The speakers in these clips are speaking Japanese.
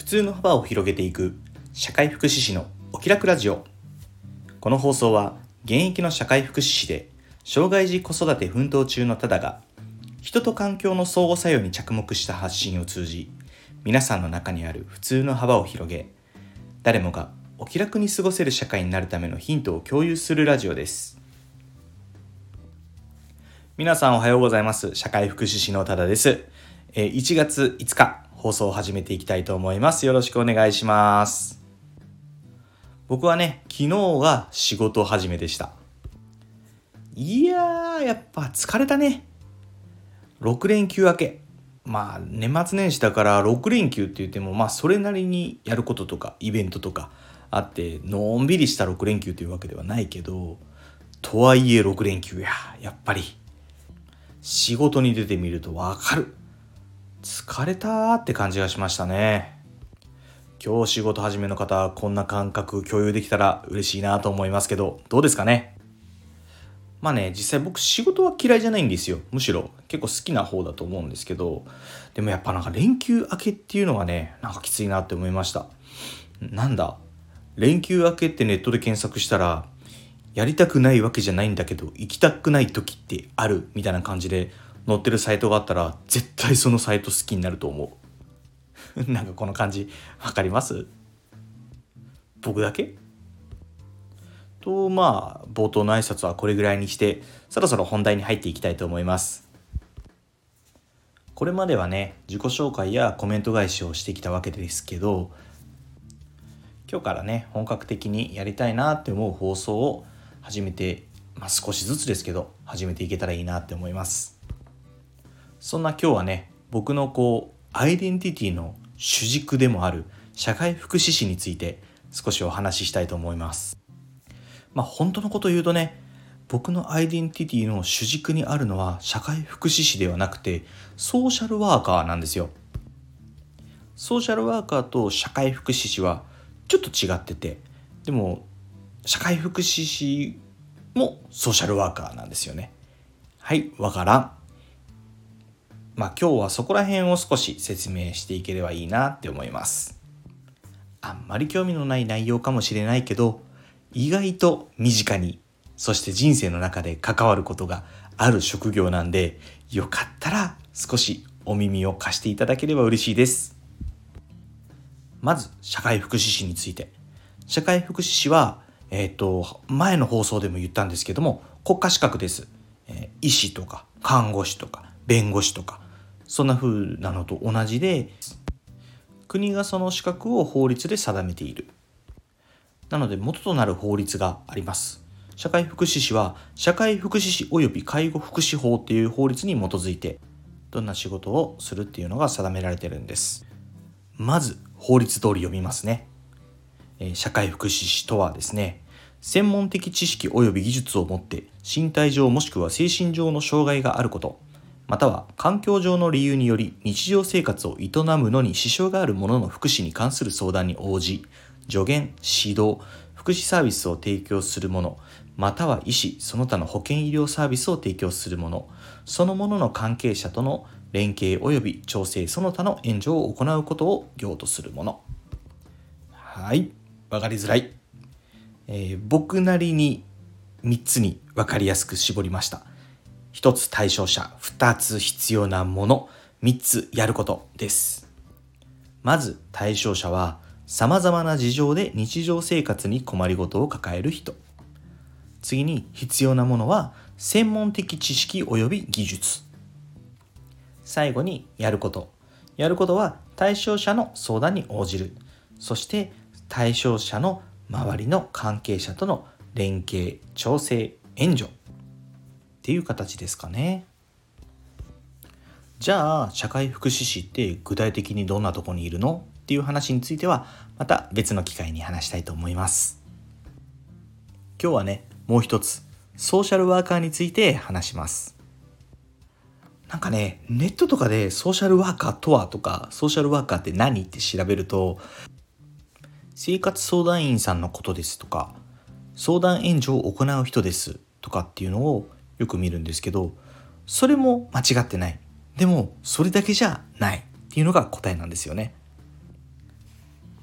通の幅を広げていく社会福祉士のお気楽ラジオ。この放送は現役の社会福祉士で障害児子育て奮闘中のタダが人と環境の相互作用に着目した発信を通じ、皆さんの中にある普通の幅を広げ、誰もがお気楽に過ごせる社会になるためのヒントを共有するラジオです。皆さんおはようございます。社会福祉士のタダです。1月5日放送を始めていきたいと思います。よろしくお願いします。僕はね、昨日が仕事始めでした。いやー、やっぱ疲れたね。6連休明け。年末年始だから6連休って言ってもそれなりにやることとかイベントとかあってのんびりした6連休というわけではないけど、とはいえ6連休やっぱり仕事に出てみるとわかる。疲れたって感じがしましたね。今日仕事始めの方、こんな感覚共有できたら嬉しいなと思いますけど、どうですかね。実際僕仕事は嫌いじゃないんですよ。むしろ結構好きな方だと思うんですけど、でもやっぱ連休明けっていうのがね、きついなって思いました。連休明けってネットで検索したら、やりたくないわけじゃないんだけど行きたくない時ってあるみたいな感じで載ってるサイトがあったら、絶対そのサイト好きになると思う。この感じわかります？僕だけと冒頭の挨拶はこれぐらいにして、そろそろ本題に入っていきたいと思います。これまではね、自己紹介やコメント返しをしてきたわけですけど、今日からね、本格的にやりたいなって思う放送を始めて、少しずつですけど始めていけたらいいなって思います。そんな今日はね、僕のアイデンティティの主軸でもある社会福祉士について少しお話ししたいと思います。本当のことを言うとね、僕のアイデンティティの主軸にあるのは社会福祉士ではなくてソーシャルワーカーなんですよ。ソーシャルワーカーと社会福祉士はちょっと違ってて、でも社会福祉士もソーシャルワーカーなんですよね。はい、わからん。今日はそこら辺を少し説明していければいいなって思います。あんまり興味のない内容かもしれないけど、意外と身近に、そして人生の中で関わることがある職業なんで、よかったら少しお耳を貸していただければ嬉しいです。まず社会福祉士について。社会福祉士は前の放送でも言ったんですけども、国家資格です。医師とか看護師とか弁護士とか、そんな風なのと同じで、国がその資格を法律で定めている。なので元となる法律があります。社会福祉士は社会福祉士及び介護福祉法っていう法律に基づいてどんな仕事をするっていうのが定められているんです。まず法律通り読みますね。社会福祉士とはですね、専門的知識及び技術を持って身体上もしくは精神上の障害があること、または環境上の理由により日常生活を営むのに支障がある者の福祉に関する相談に応じ、助言、指導、福祉サービスを提供する者、または医師、その他の保健医療サービスを提供する者、その者の関係者との連携及び調整、その他の援助を行うことを業とする者。はい、わかりづらい。僕なりに3つにわかりやすく絞りました。1つ対象者、2つ必要なもの、3つやることです。まず対象者は、様々な事情で日常生活に困りごとを抱える人。次に必要なものは専門的知識及び技術。最後にやること。やることは対象者の相談に応じる。そして対象者の周りの関係者との連携、調整、援助っていう形ですかね。じゃあ社会福祉士って具体的にどんなとこにいるのっていう話についてはまた別の機会に話したいと思います。今日はね、もう一つソーシャルワーカーについて話します。ネットとかでソーシャルワーカーとはとかソーシャルワーカーって何って調べると、生活相談員さんのことですとか、相談援助を行う人ですとかっていうのをよく見るんですけど、それも間違ってない。でもそれだけじゃないっていうのが答えなんですよね。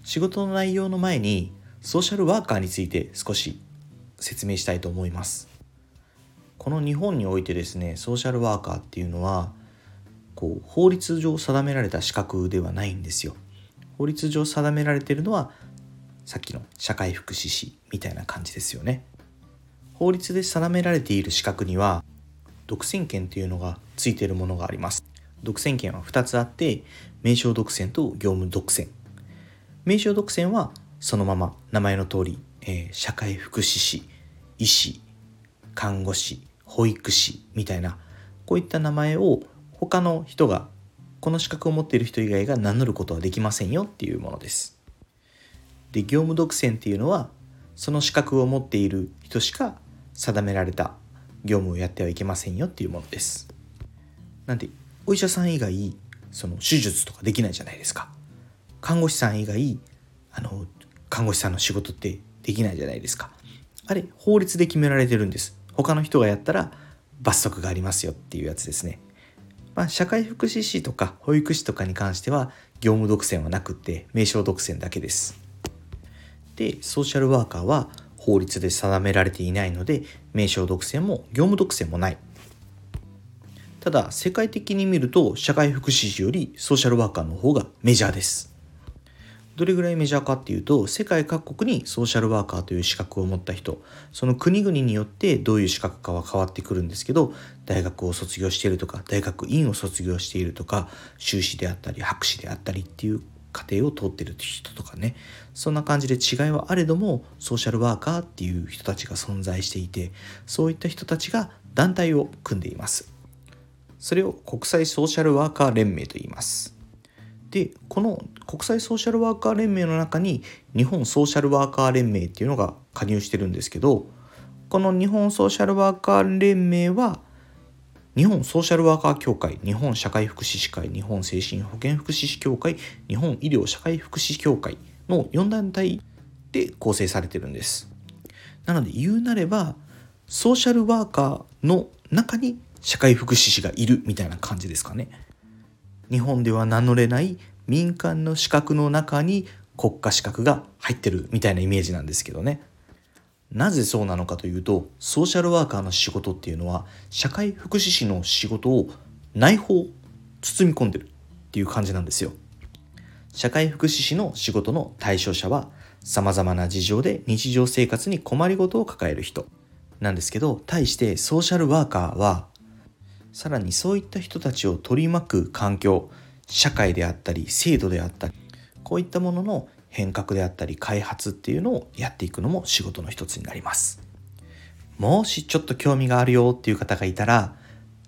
仕事の内容の前にソーシャルワーカーについて少し説明したいと思います。この日本においてですね、ソーシャルワーカーっていうのは法律上定められた資格ではないんですよ。法律上定められているのはさっきの社会福祉士みたいな感じですよね。法律で定められている資格には独占権というのがついているものがあります。独占権は2つあって、名称独占と業務独占。名称独占はそのまま名前の通り、社会福祉士、医師、看護師、保育士みたいなこういった名前を他の人が、この資格を持っている人以外が名乗ることはできませんよっていうものです。で、業務独占っていうのはその資格を持っている人しか定められた業務をやってはいけませんよっていうものです。なんでお医者さん以外その手術とかできないじゃないですか。看護師さん以外看護師さんの仕事ってできないじゃないですか。あれ法律で決められてるんです。他の人がやったら罰則がありますよっていうやつですね。社会福祉士とか保育士とかに関しては業務独占はなくって名称独占だけです。で、ソーシャルワーカーは法律で定められていないので名称独占も業務独占もない。ただ世界的に見ると社会福祉士よりソーシャルワーカーの方がメジャーです。どれぐらいメジャーかっていうと、世界各国にソーシャルワーカーという資格を持った人、その国々によってどういう資格かは変わってくるんですけど、大学を卒業しているとか大学院を卒業しているとか修士であったり博士であったりっていう過程を通っている人とかね、そんな感じで違いはあれどもソーシャルワーカーっていう人たちが存在していて、そういった人たちが団体を組んでいます。それを国際ソーシャルワーカー連盟と言います。で、この国際ソーシャルワーカー連盟の中に日本ソーシャルワーカー連盟っていうのが加入してるんですけど、この日本ソーシャルワーカー連盟は日本ソーシャルワーカー協会、日本社会福祉士会、日本精神保健福祉士協会、日本医療社会福祉協会の4団体で構成されてるんです。なので言うなればソーシャルワーカーの中に社会福祉士がいるみたいな感じですかね。日本では名乗れない民間の資格の中に国家資格が入ってるみたいなイメージなんですけどね。なぜそうなのかというと、ソーシャルワーカーの仕事っていうのは社会福祉士の仕事を内包包み込んでるっていう感じなんですよ。社会福祉士の仕事の対象者は様々な事情で日常生活に困りごとを抱える人なんですけど、対してソーシャルワーカーはさらにそういった人たちを取り巻く環境、社会であったり制度であったり、こういったものの変革であったり開発っていうのをやっていくのも仕事の一つになります。もしちょっと興味があるよっていう方がいたら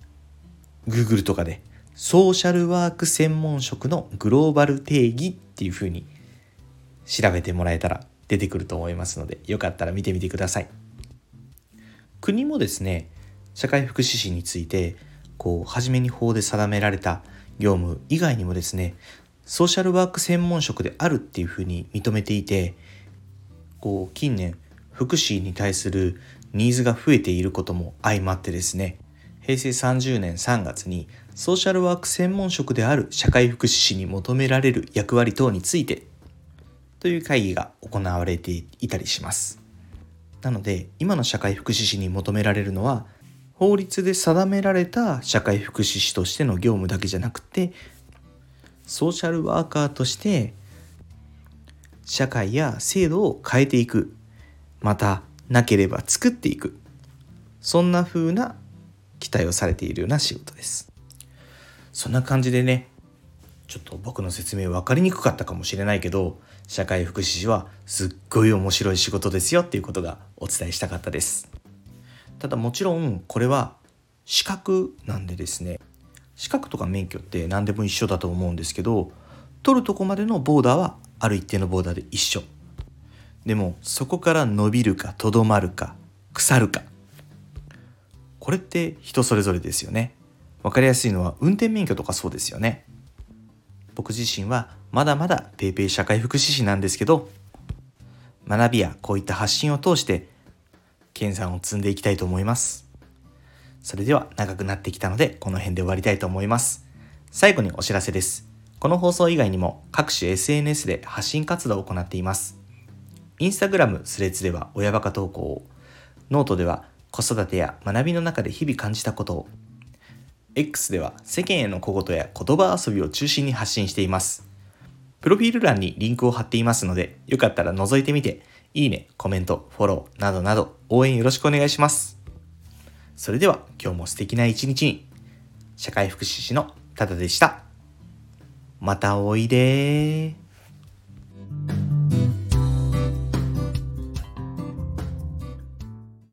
Google とかでソーシャルワーク専門職のグローバル定義っていう風に調べてもらえたら出てくると思いますので、よかったら見てみてください。国もですね、社会福祉士について初めに法で定められた業務以外にもですね、ソーシャルワーク専門職であるっていうふうに認めていて、近年福祉に対するニーズが増えていることも相まってですね、平成30年3月にソーシャルワーク専門職である社会福祉士に求められる役割等についてという会議が行われていたりします。なので今の社会福祉士に求められるのは法律で定められた社会福祉士としての業務だけじゃなくて、ソーシャルワーカーとして社会や制度を変えていく、またなければ作っていく、そんな風な期待をされているような仕事です。そんな感じでね、ちょっと僕の説明分かりにくかったかもしれないけど、社会福祉士はすっごい面白い仕事ですよっていうことがお伝えしたかったです。ただもちろんこれは資格なんでですね、資格とか免許って何でも一緒だと思うんですけど、取るとこまでのボーダーはある一定のボーダーで一緒。でもそこから伸びるかとどまるか腐るか、これって人それぞれですよね。わかりやすいのは運転免許とかそうですよね。僕自身はまだまだペイペイ社会福祉士なんですけど、学びやこういった発信を通して研鑽を積んでいきたいと思います。それでは長くなってきたのでこの辺で終わりたいと思います。最後にお知らせです。 この放送以外にも各種 SNS で発信活動を行っています。インスタグラム、スレッズでは親バカ投稿を、ノートでは子育てや学びの中で日々感じたことを、X では世間への小言や言葉遊びを中心に発信しています。プロフィール欄にリンクを貼っていますので、よかったら覗いてみて、いいね、コメント、フォローなどなど応援よろしくお願いします。それでは今日も素敵な一日に。社会福祉士のタダでした。またおいでー。